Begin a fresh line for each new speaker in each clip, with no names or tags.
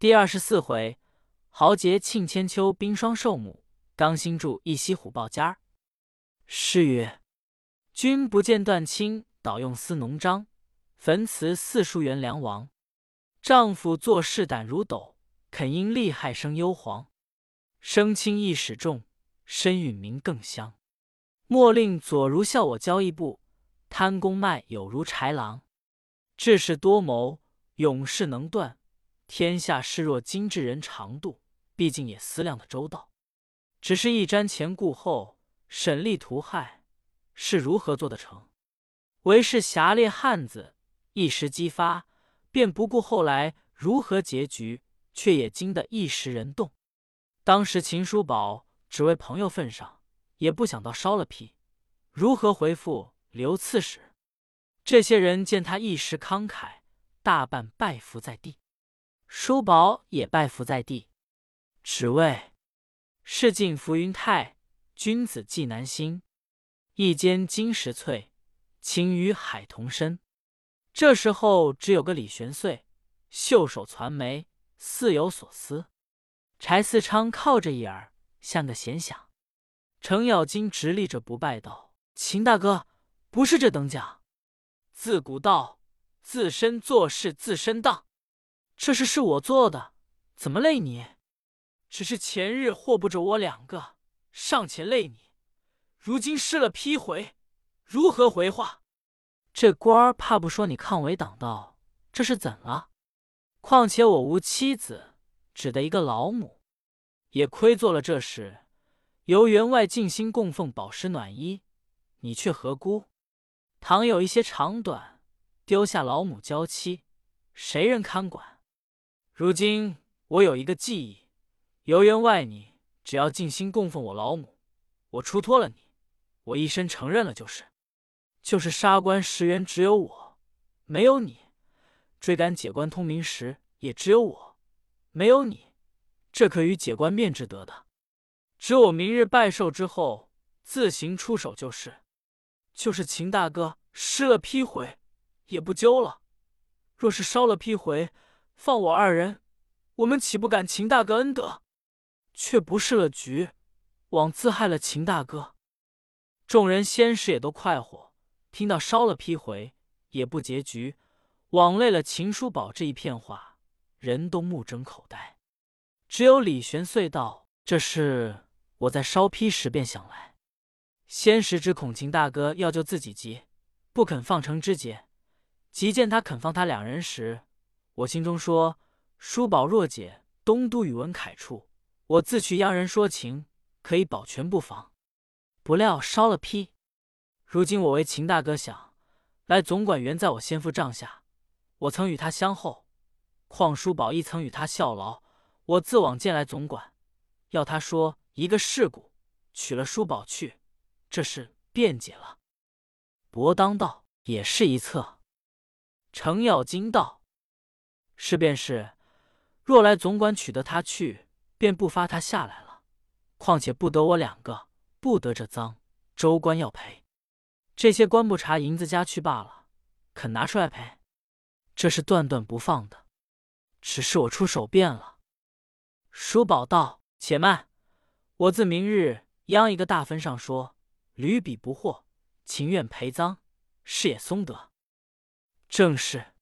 第24回，豪杰庆千秋，冰霜寿母，刚星柱一西虎豹尖儿。诗曰：君不见段卿，倒用丝浓章。焚词四书元梁王。丈夫做事胆如斗，肯因利害生忧惶。生轻易始重，身韵名更香。莫令左如笑我交谊部，贪功卖有如豺狼。志士多谋，勇士能断。天下事若今智人常度，毕竟也思量的周到。只是一瞻前顾后，审利图害，是如何做得成？唯是侠烈汉子，一时激发，便不顾后来如何结局，却也惊得一时人动。当时秦叔宝只为朋友份上，也不想到烧了批，如何回复刘刺史？这些人见他一时慷慨，大半拜伏在地。叔宝也拜伏在地，只谓世尽浮云泰，君子纪难心。一间金石翠，情与海同深。这时候只有个李玄岁，袖手攒眉，似有所思。柴四昌靠着一耳，像个闲想。程咬金直立着不拜道：秦大哥，不是这等讲。自古道，自身做事自身当。这事是我做的，怎么累你？只是前日祸不着我两个，尚且累你，如今失了批回，如何回话？这官儿怕不说你抗为党道，这是怎了？况且我无妻子，只得一个老母，也亏做了这事，由员外尽心供奉饱食暖衣，你却何辜？倘有一些长短，丢下老母娇妻，谁人看管？如今我有一个计议，由员外你只要尽心供奉我老母，我出脱了你，我一身承认了就是。就是杀官10员只有我，没有你；追赶解官通明时也只有我，没有你。这可与解官面之得的。只我明日拜寿之后，自行出手就是。就是秦大哥失了批回，也不揪了。若是烧了批回，放我二人，我们岂不感秦大哥恩德？却不是了局，枉自害了秦大哥。众人先时也都快活，听到烧了批回，也不结局，枉累了秦叔宝这一片话，人都目睁口呆。只有李玄隧道，这事我在烧批时便想来。先时只恐秦大哥要救自己急，不肯放成之节。即见他肯放他两人时，我心中说：叔宝若解东都宇文恺处，我自去央人说情，可以保全不妨。不料烧了批，如今我为秦大哥想，来总管原在我先父帐下，我曾与他相厚，况叔宝亦曾与他效劳，我自往见来总管，要他说一个事故，取了叔宝去，这事便解了。伯当道也是一策。程咬金道：是便是，若来总管取得他去，便不发他下来了。况且不得我两个，不得这赃，州官要赔。这些官不查银子家去罢了，肯拿出来赔，这是断断不放的。只是我出手便了。叔宝道：且慢，我自明日央一个大分上说，屡笔不获，情愿赔赃，是也松得。正是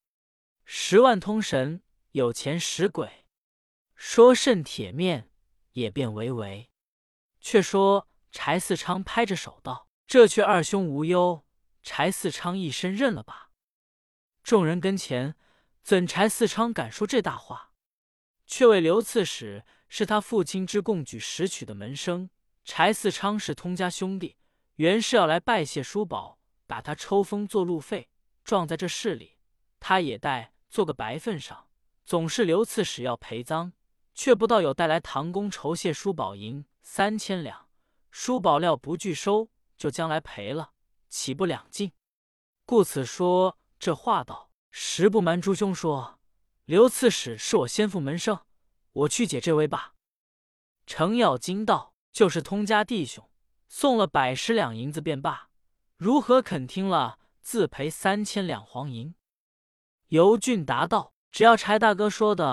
10万通神，有钱使鬼，说甚铁面，也便为为。却说柴四昌拍着手道：这却二兄无忧，柴四昌一身认了吧。众人跟前，怎柴四昌敢说这大话？却为刘刺史是他父亲之贡举拾取的门生，柴四昌是通家兄弟，原是要来拜谢叔宝，打他抽风做路费，撞在这事里，他也待做个白份上。总是刘刺史要赔赃，却不道有带来唐公酬谢叔宝银3000两，叔宝料不拒收，就将来赔了，岂不两尽？故此说这话道：实不瞒诸兄说，刘刺史是我先父门生，我去解这围吧。程咬金道：就是通家弟兄，送了110两银子便罢，如何肯听了自赔3000两黄银？尤俊答道：只要柴大哥说的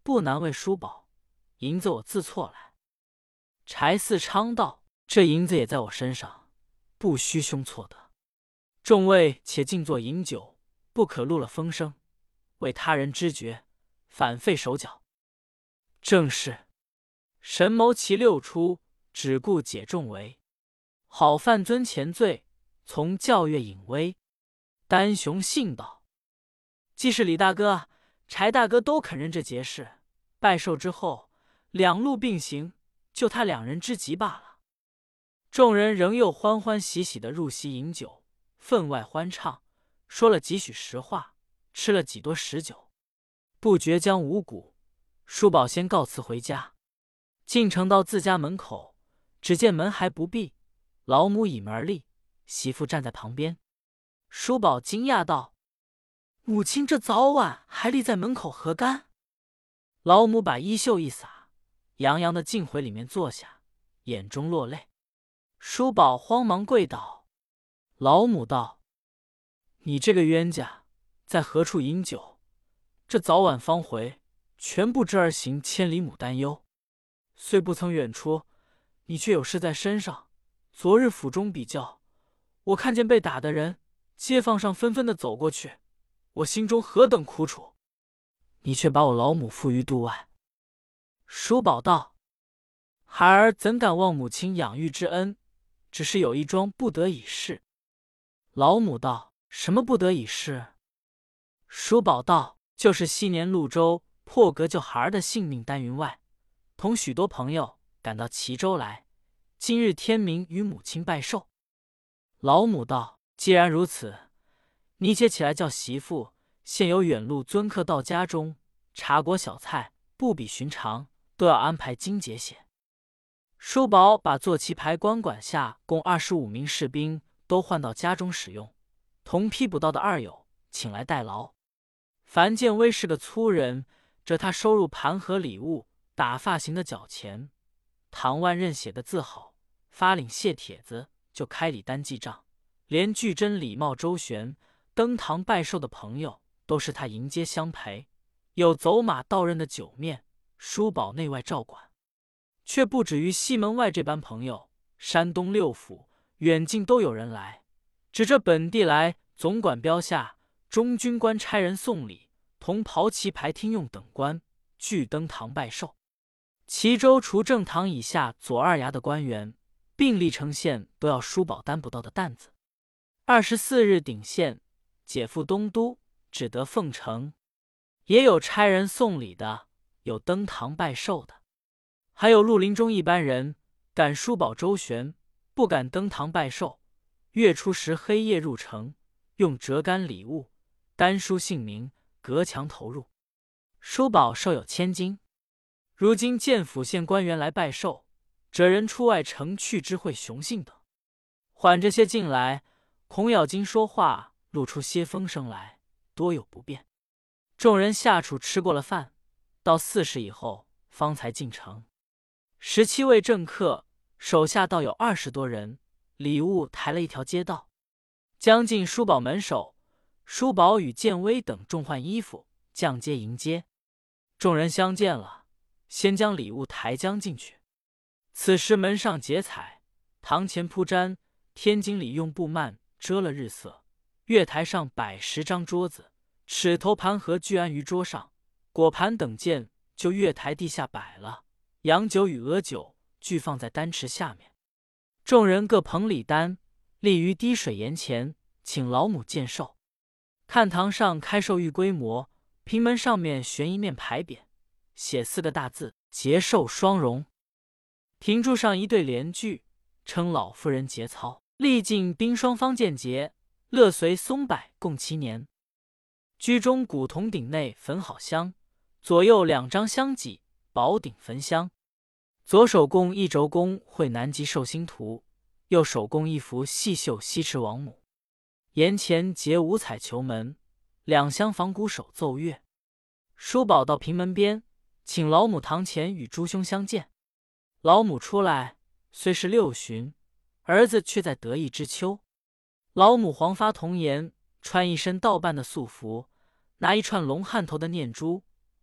不难为叔宝，银子我自错来。柴四昌道：“这银子也在我身上，不须兄错得。众位且静坐饮酒，不可露了风声，为他人知觉，反费手脚。”正是神谋其六出，只顾解众围。好犯尊前罪，从教阅隐微。丹雄信道：“既是李大哥、柴大哥都肯认这节事，拜寿之后，两路并行，就他两人之急罢了。”众人仍又欢欢喜喜的入席饮酒，分外欢畅，说了几许实话，吃了几多食酒，不觉将五鼓。叔宝先告辞回家，进城到自家门口，只见门还不闭，老母倚门而立，媳妇站在旁边。叔宝惊讶道：“母亲这早晚还立在门口何干？”老母把衣袖一撒，洋洋的进回里面坐下，眼中落泪。叔宝慌忙跪倒。老母道：“你这个冤家，在何处饮酒？这早晚方回，全不知儿行千里母担忧。虽不曾远出，你却有事在身上。昨日府中比较，我看见被打的人，街坊上纷纷的走过去，我心中何等苦楚！你却把我老母负于度外。”叔宝道：“孩儿怎敢忘母亲养育之恩？只是有一桩不得已事。”老母道：“什么不得已事？”叔宝道：“就是昔年潞州破格救孩儿的性命丹云外，同许多朋友赶到齐州来，今日天明与母亲拜寿。”老母道：“既然如此，你且起来叫媳妇，现有远路尊客到家中，茶果小菜不比寻常，都要安排精节些。”叔宝把坐骑牌官管下共25名士兵都换到家中使用，同批捕到的二友请来代劳。樊建威是个粗人，这他收入盘和礼物，打发行的缴钱。唐万任写的字好，发领谢帖子就开礼单记账，连巨珍、礼貌周旋，登堂拜寿的朋友都是他迎接相陪。有走马到任的酒面，叔宝内外照管。却不止于西门外这般朋友，山东六府远近都有人来。指着本地来，总管标下中军官差人送礼，同袍旗牌听用等官俱登堂拜寿。齐州除正堂以下左二衙的官员，并历城县都要叔宝担不到的担子。24日顶县，解赴东都，只得奉承。也有差人送礼的，有登堂拜寿的。还有绿林中一般人，敢叔宝周旋，不敢登堂拜寿。月初时黑夜入城，用折干礼物，单书姓名，隔墙投入。叔宝受有千金。如今见府县官员来拜寿，折人出外城去知会雄信等。缓这些进来，恐咬金说话，露出些风声来，多有不便。众人下处吃过了饭，到4时以后方才进城。17位政客，手下倒有20多人，礼物抬了一条街道。将近叔宝门首，叔宝与建威等众换衣服，降阶迎接。众人相见了，先将礼物抬将进去。此时门上结彩，堂前铺毡，天井里用布幔遮了日色。月台上摆10张桌子，尺头盘盒俱安于桌上，果盘等件就月台地下摆了。洋酒与鹅酒俱放在丹池下面。众人各捧礼单，立于滴水岩前，请老母见寿。看堂上开寿玉规模，平门上面悬一面牌匾，写4个大字：节寿双荣。亭柱上一对联句，称老夫人节操，历尽冰霜方见节，乐随松柏共7年。居中古铜鼎内焚好香，左右2张香几，宝鼎焚香。左手供一轴弓绘南极寿星图，右手供一幅细绣西池王母。檐前结5彩球门，2厢仿鼓手奏乐。叔宝到平门边，请老母堂前与诸兄相见。老母出来，虽是6旬，儿子却在得意之秋。老母黄发童颜，穿一身倒半的素服，拿一串龙汉头的念珠，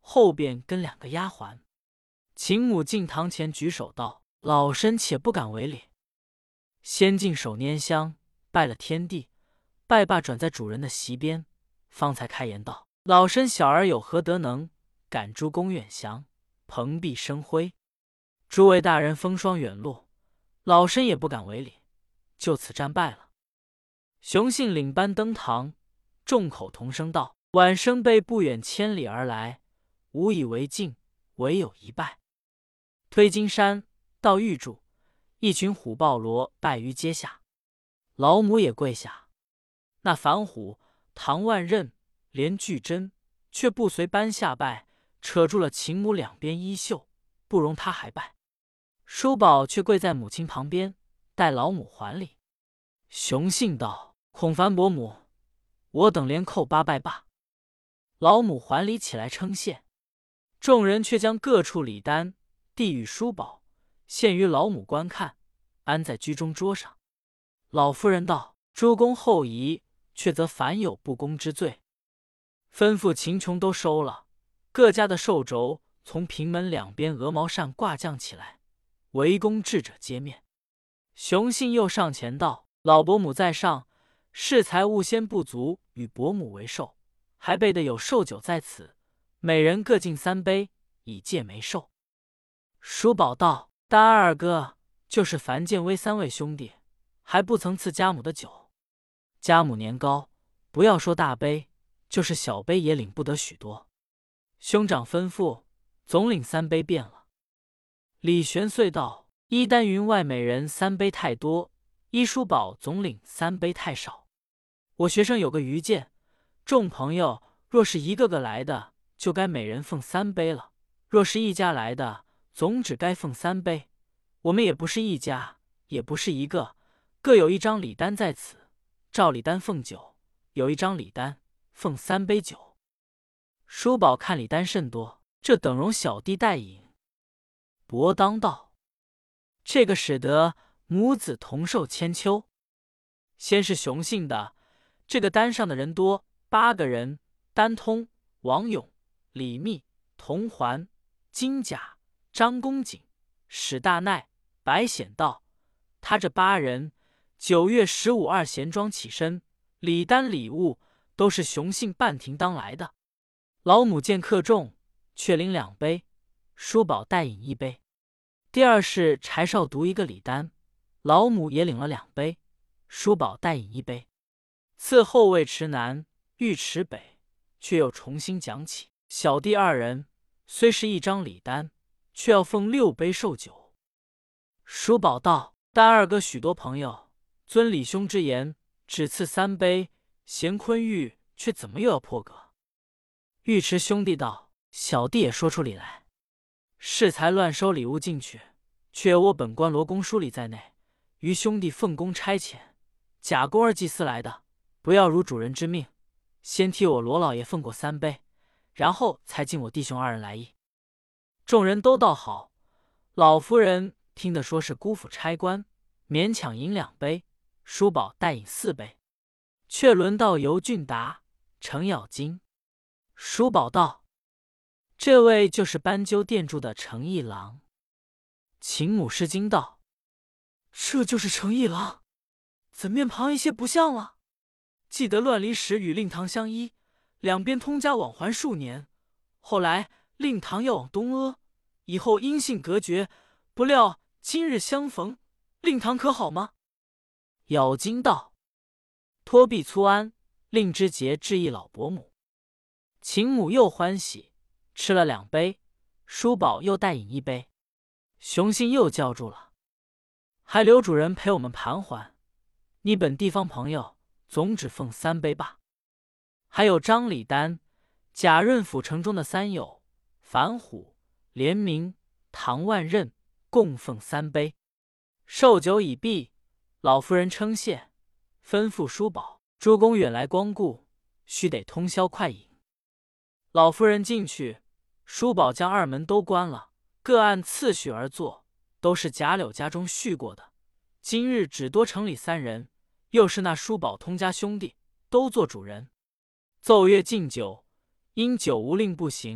后边跟2个丫鬟。秦母进堂前举手道：“老身且不敢违礼。”先进手拈香，拜了天地，拜罢转在主人的席边，方才开言道：“老身小儿有何德能，赶诸公远翔，蓬荜生辉？诸位大人风霜远路，老身也不敢违礼，就此战败了。”熊信领班登堂，众口同声道：“晚生辈不远千里而来，无以为敬，唯有一拜。”推金山到玉柱，一群虎豹罗拜于阶下，老母也跪下。那樊虎、唐万仞连巨珍却不随班下拜，扯住了秦母两边衣袖，不容他还拜。叔宝却跪在母亲旁边，待老母还礼。熊信道：“孔樊伯母，我等连叩8拜罢。”老母还礼起来称谢，众人却将各处礼单递与叔宝，献于老母观看，安在居中桌上。老夫人道：“诸公后移，却则凡有不公之罪。”吩咐秦琼都收了，各家的寿轴从平门两边鹅毛扇挂降起来，围攻智者皆面。熊信又上前道：“老伯母在上，适才物先不足，与伯母为寿，还备的有寿酒在此，每人各敬3杯，以戒没寿。”叔宝道：“大二哥就是樊建威3位兄弟，还不曾赐家母的酒。家母年高，不要说大杯，就是小杯也领不得许多。兄长吩咐，总领3杯便了。”李玄遂道：“依丹云外美人3杯太多，依叔宝总领3杯太少。我学生有个愚见，众朋友若是一个个来的，就该每人奉3杯了；若是一家来的，总只该奉3杯。我们也不是一家，也不是一个，各有一张礼单在此，照礼单奉酒，有一张礼单奉3杯酒。”叔宝看礼单甚多，这等容小弟代饮。伯当道：“这个使得母子同寿千秋。”先是熊信的，这个单上的人多，8个人：丹通、王勇、李密、童环、金甲、张公瑾、史大奈、白显道。他这8人，9月15二闲庄起身，礼单礼物都是熊信半庭当来的。老母见客重，却领2杯，叔宝代饮1杯。第二是柴少独一个礼单，老母也领了2杯，叔宝代饮1杯。次后尉池南、尉迟北，却又重新讲起，小弟2人虽是一张礼单，却要奉6杯寿酒。叔宝道：“大二哥许多朋友遵李兄之言，只赐3杯，贤坤玉却怎么又要破格？”尉迟兄弟道：“小弟也说出理来，适才乱收礼物进去，却有我本官罗公书里在内，于兄弟奉公差遣，假公而祭司来的，不要如主人之命，先替我罗老爷奉过3杯，然后才敬我弟兄2人来意。”众人都道好。老夫人听得说是姑父差官，勉强饮2杯，叔宝代饮4杯。却轮到尤俊达、程咬金。叔宝道：“这位就是斑鸠店住的程一郎。”秦母失惊道：“这就是程一郎，怎面庞一些不像了？记得乱离时与令堂相依，两边通家往还数年，后来令堂要往东阿，以后音信隔绝，不料今日相逢，令堂可好吗？”咬金道：“托臂粗安，令之节致意老伯母。”秦母又欢喜，吃了2杯，叔宝又代饮1杯。熊信又叫住了：“还留主人陪我们盘桓，你本地方朋友，总只奉3杯罢。”还有张礼丹、贾润府城中的3友樊虎、连明、唐万仞，共奉3杯。寿酒已毕，老夫人称谢，吩咐叔宝：“诸公远来光顾，须得通宵快饮。”老夫人进去，叔宝将2门都关了，各按次序而坐，都是贾柳家中续过的。今日只多城里3人，又是那叔宝通家兄弟，都做主人。奏乐敬酒，因酒无令不行，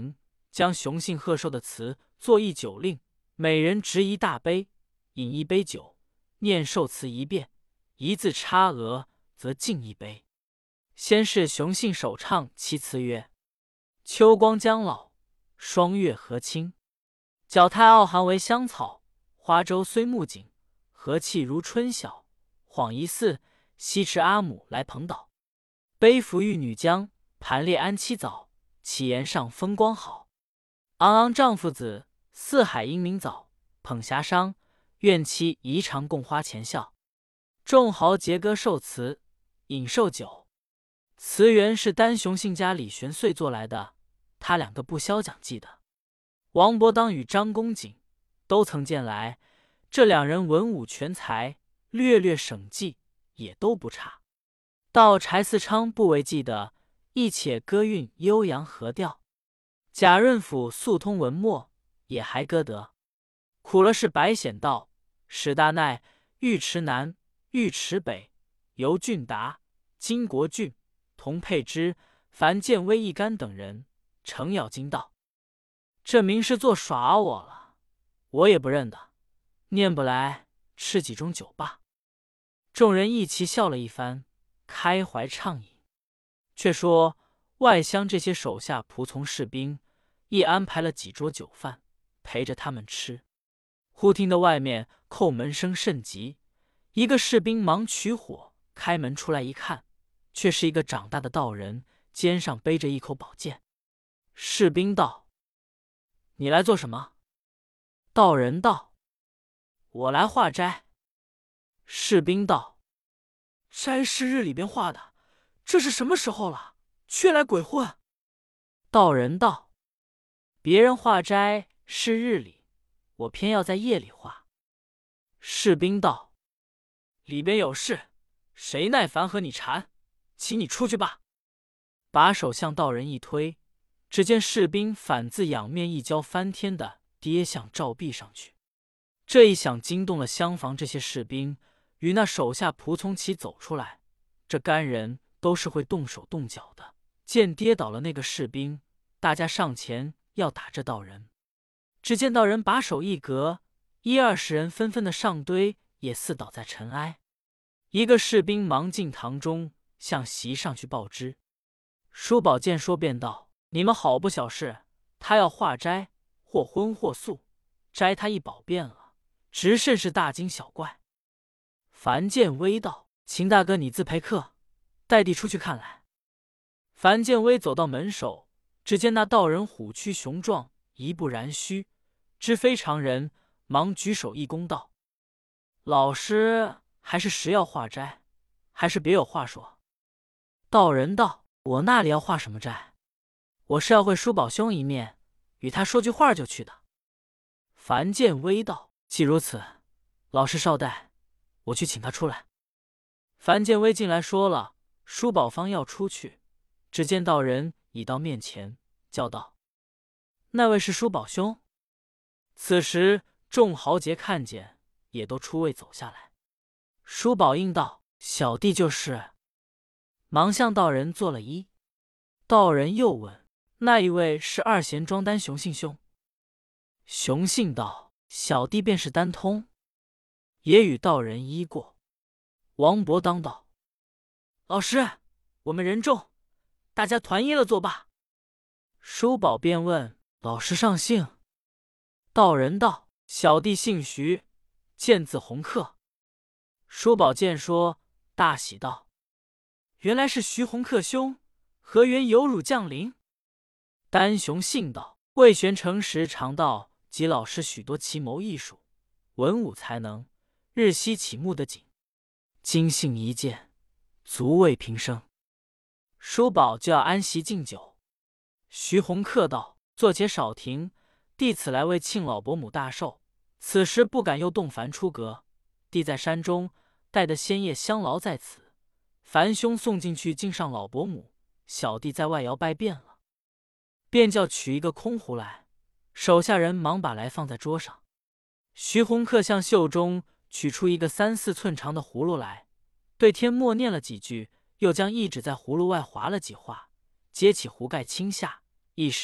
将雄性贺寿的词作一酒令，每人执一大杯，饮一杯酒，念寿词一遍，一字差额，则敬一杯。先是雄性首唱其词曰：秋光将老，霜月和清。角太傲寒为香草，花洲虽木槿，和气如春晓。恍疑似，西池阿母来蓬岛。杯服玉女将，盘列安七早。其言上风光好。昂昂丈夫子，四海英明早。捧遐觞，愿妻宜长共花前笑。众豪杰歌寿词，饮寿酒。词原是单雄信家李玄岁做来的，他两个不肖讲记的。王伯当与张公瑾都曾见来，这两人文武全才，略略省记也都不差。到柴四昌不为记的，亦且歌韵悠扬和调。贾润甫素通文墨，也还歌得。苦了是白显道、史大鼐、尉迟南、尉迟北、尤俊达、金国俊、童佩之、樊建威一干等人，程咬金道：这明是做耍我了，我也不认得，念不来，吃几盅酒罢。众人一齐笑了一番，开怀畅饮。却说外乡这些手下仆从士兵，亦安排了几桌酒饭，陪着他们吃。忽听得外面叩门声甚急，一个士兵忙取火开门出来一看，却是一个长大的道人，肩上背着一口宝剑。士兵道：你来做什么？道人道：我来化斋。士兵道：斋是日里边化的，这是什么时候了，却来鬼混？道人道：别人化斋是日里，我偏要在夜里化。士兵道：里边有事，谁耐烦和你缠，请你出去吧。把手向道人一推，只见士兵反自仰面一跤翻天的跌向照壁上去。这一响惊动了厢房这些士兵，与那手下仆从齐走出来。这干人都是会动手动脚的，见跌倒了那个士兵，大家上前要打这道人。只见道人把手一隔，10-20人纷纷的上堆，也似倒在尘埃。一个士兵忙进堂中，向席上去报知。叔宝见说便道：你们好不小事，他要化斋，或荤或素，斋他一饱便了，直甚是大惊小怪。樊建威道：秦大哥你自陪客，带弟出去看来。樊建威走到门首，只见那道人虎躯雄壮，一不然须，知非常人，忙举手一躬道：老师还是实要化斋，还是别有话说？道人道：我那里要化什么斋？我是要会叔宝兄一面，与他说句话就去的。樊建威道：既如此，老师稍待，我去请他出来。樊建威进来说了，叔宝方要出去，只见道人已到面前，叫道：那位是叔宝兄。此时众豪杰看见，也都出位走下来。叔宝应道：小弟就是。忙向道人做了揖。道人又问：那一位是二贤庄单雄信兄？雄信道：小弟便是单通，也与道人揖过。王伯当道：老师，我们人众，大家团揖了作罢。叔宝便问：老师上姓？道人道：小弟姓徐，见字洪客。叔宝见说，大喜道：原来是徐洪客兄，何缘有辱降临？单雄信道：魏玄成时常道及老师许多奇谋艺术，文武才能，日夕启目的景。今幸一见，足为平生。叔宝就要安席敬酒。徐洪客道：坐且少停，弟此来为庆老伯母大寿，此时不敢又动凡出阁。弟在山中，带得仙叶相劳在此。樊兄送进去敬上老伯母，小弟在外摇拜便了。便叫取一个空壶来，手下人忙把来放在桌上。徐洪客向袖中取出一个3-4寸长的葫芦来，对天默念了几句，又将一指在葫芦外划了几划，揭起壶盖倾下，一时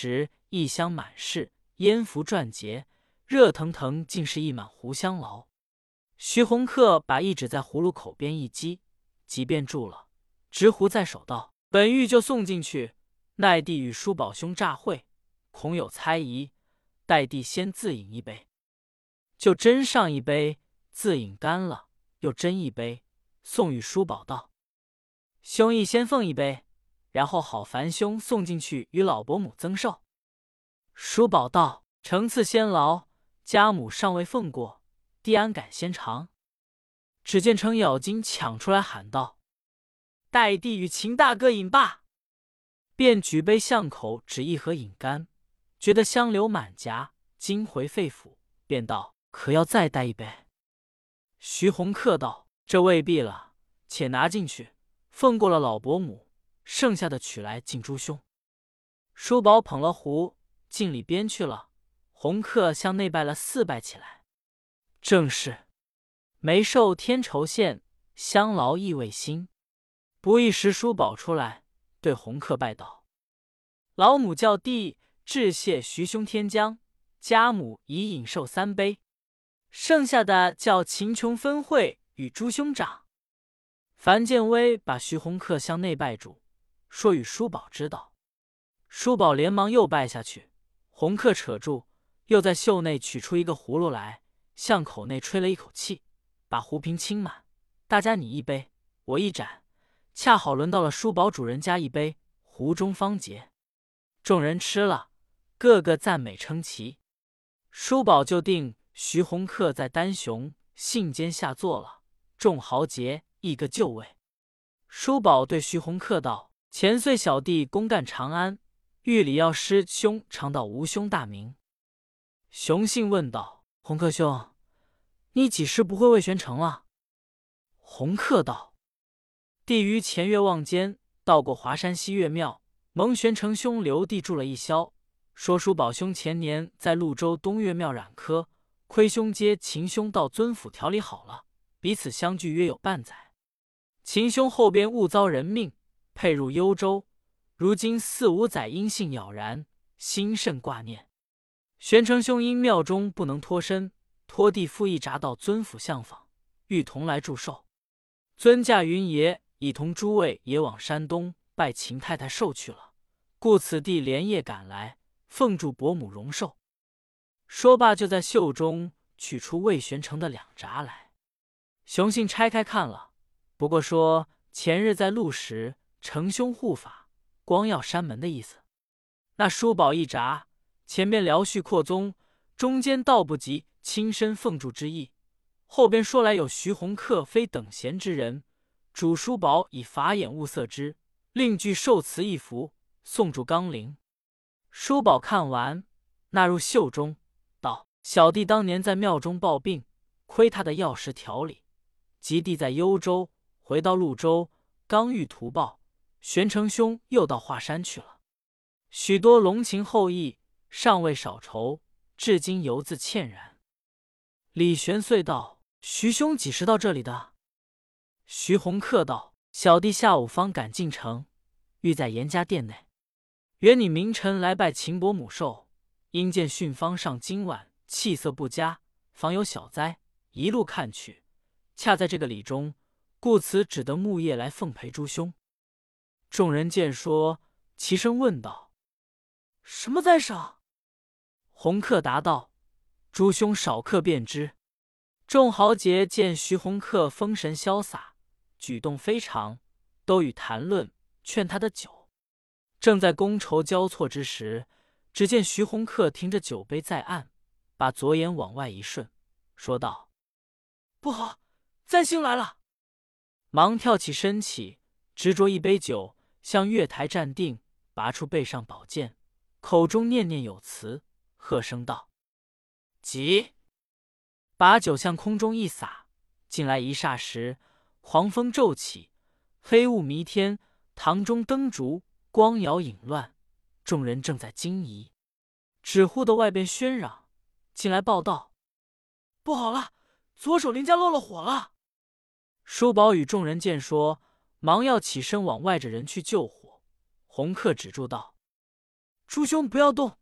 一箱满是，烟浮转结，热腾腾，竟是一满壶香醪。徐弘客把一指在葫芦口边一击，即便住了，执壶在手道：“本欲就送进去，奈弟与叔宝兄乍会，恐有猜疑，待弟先自饮一杯。”就斟上一杯，自饮干了，又斟一杯，送与叔宝道：“兄亦先奉一杯，然后好烦兄送进去与老伯母增寿。”叔宝道：“承赐先劳，家母尚未奉过，弟安敢先尝？”只见程咬金抢出来喊道：“待弟与秦大哥饮罢！”便举杯向口，只一盒饮干，觉得香流满颊，惊回肺腑，便道：“可要再带一杯？”徐弘客道：“这未必了，且拿进去，奉过了老伯母，剩下的取来敬诸兄。”叔宝捧了壶，进里边去了。弘客向内拜了4拜起来。正是没受天酬羡，香劳意味辛。不一时，叔宝出来，对弘客拜道：“老母叫弟致谢徐兄天将，家母已饮寿3杯，剩下的叫秦琼分会与诸兄长。”樊建威把徐弘客向内拜主，说与叔宝知道。叔宝连忙又拜下去，弘客扯住，又在袖内取出一个葫芦来，向口内吹了一口气，把壶瓶倾满。大家你一杯，我一盏，恰好轮到了叔宝主人家一杯，壶中方结。众人吃了，个个赞美称奇。叔宝就定徐弘客在丹雄信间下坐了，众豪杰一个就位。叔宝对徐弘客道：“前岁小弟公干长安，狱里要师兄常道吴兄大名。”熊信问道：“弘客兄，你几时不会魏玄城了？”弘客道：“弟于前月望间到过华山西岳庙，蒙玄城兄留弟住了一宵，说叔宝兄前年在潞州东岳庙染科，亏兄接秦兄到尊府调理好了，彼此相聚约有半载。秦兄后边误遭人命，配入幽州，如今4、5载音信杳然，心甚挂念。玄城兄因庙中不能脱身，托弟父一札到尊府相访，欲同来祝寿。尊驾云爷已同诸位也往山东拜秦太太寿去了，故此弟连夜赶来，奉祝伯母荣寿。”说罢，就在袖中取出魏玄城的2札来。熊信拆开看了，不过说前日在路时承兄护法，光耀山门的意思。那叔宝一札，前边辽续扩宗，中间道不及亲身奉祝之意，后边说来有徐弘客非等闲之人，主叔宝以法眼物色之，另具寿词一幅，送祝纲领。叔宝看完，纳入袖中，道：“小弟当年在庙中抱病，亏他的药食调理，及弟在幽州，回到潞州，刚欲图报，玄城兄又到华山去了，许多龙情厚谊，尚未少酬，至今犹自歉然。”李玄遂道：“徐兄几时到这里的？”徐弘客道：“小弟下午方赶进城，欲在严家店内，原你明晨来拜秦伯母寿，因见训方上今晚气色不佳，防有小灾，一路看去，恰在这个里中，故此只得暮夜来奉陪诸兄。”众人见说，齐声问道：“什么灾赏？”弘客答道：“诸兄少客便知。”众豪杰见徐弘客风神潇洒，举动非常，都与谈论，劝他的酒。正在觥筹交错之时，只见徐弘客停着酒杯在岸，把左眼往外一瞬，说道：“不好，赞星来了！”忙跳起身起，执着一杯酒，向月台站定，拔出背上宝剑，口中念念有词，喝声道：“急！”把酒向空中一撒，进来一霎时，狂风骤起，黑雾弥天，堂中灯烛光摇影乱，众人正在惊疑，只忽的外边喧嚷，进来报道：“不好了，左手林家漏了火了！”叔宝与众人见说，忙要起身往外着人去救火。弘客止住道：“诸兄不要动，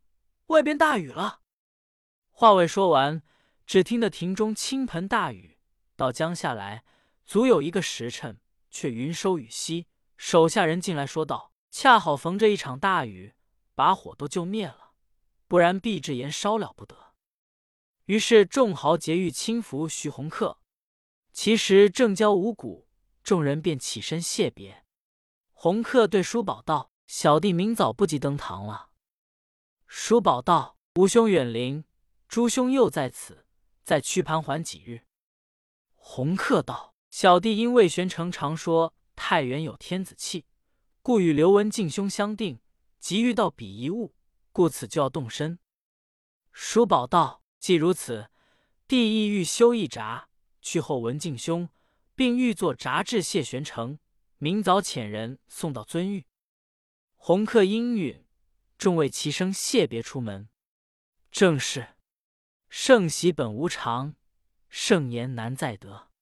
外边大雨了。”话未说完，只听得庭中倾盆大雨，到将下来，足有1个时辰，却云收雨息。手下人进来说道：“恰好逢着一场大雨，把火都救灭了，不然必制盐烧了不得。”于是众豪杰欲轻扶徐弘客，其时正交五鼓，众人便起身谢别。弘客对叔宝道：“小弟明早不及登堂了。”叔宝道：“吾兄远临，诸兄又在此，再屈盘缓几日。”弘客道：“小弟因魏玄成常说太原有天子气，故与刘文敬兄相定，急遇到彼一物，故此就要动身。”叔宝道：“既如此，弟亦欲修一闸，去候文敬兄，并欲作闸至谢玄成，明早遣人送到遵谕。”弘客应允，众谓齐声谢别出门。正是盛喜本无常，盛言难再得。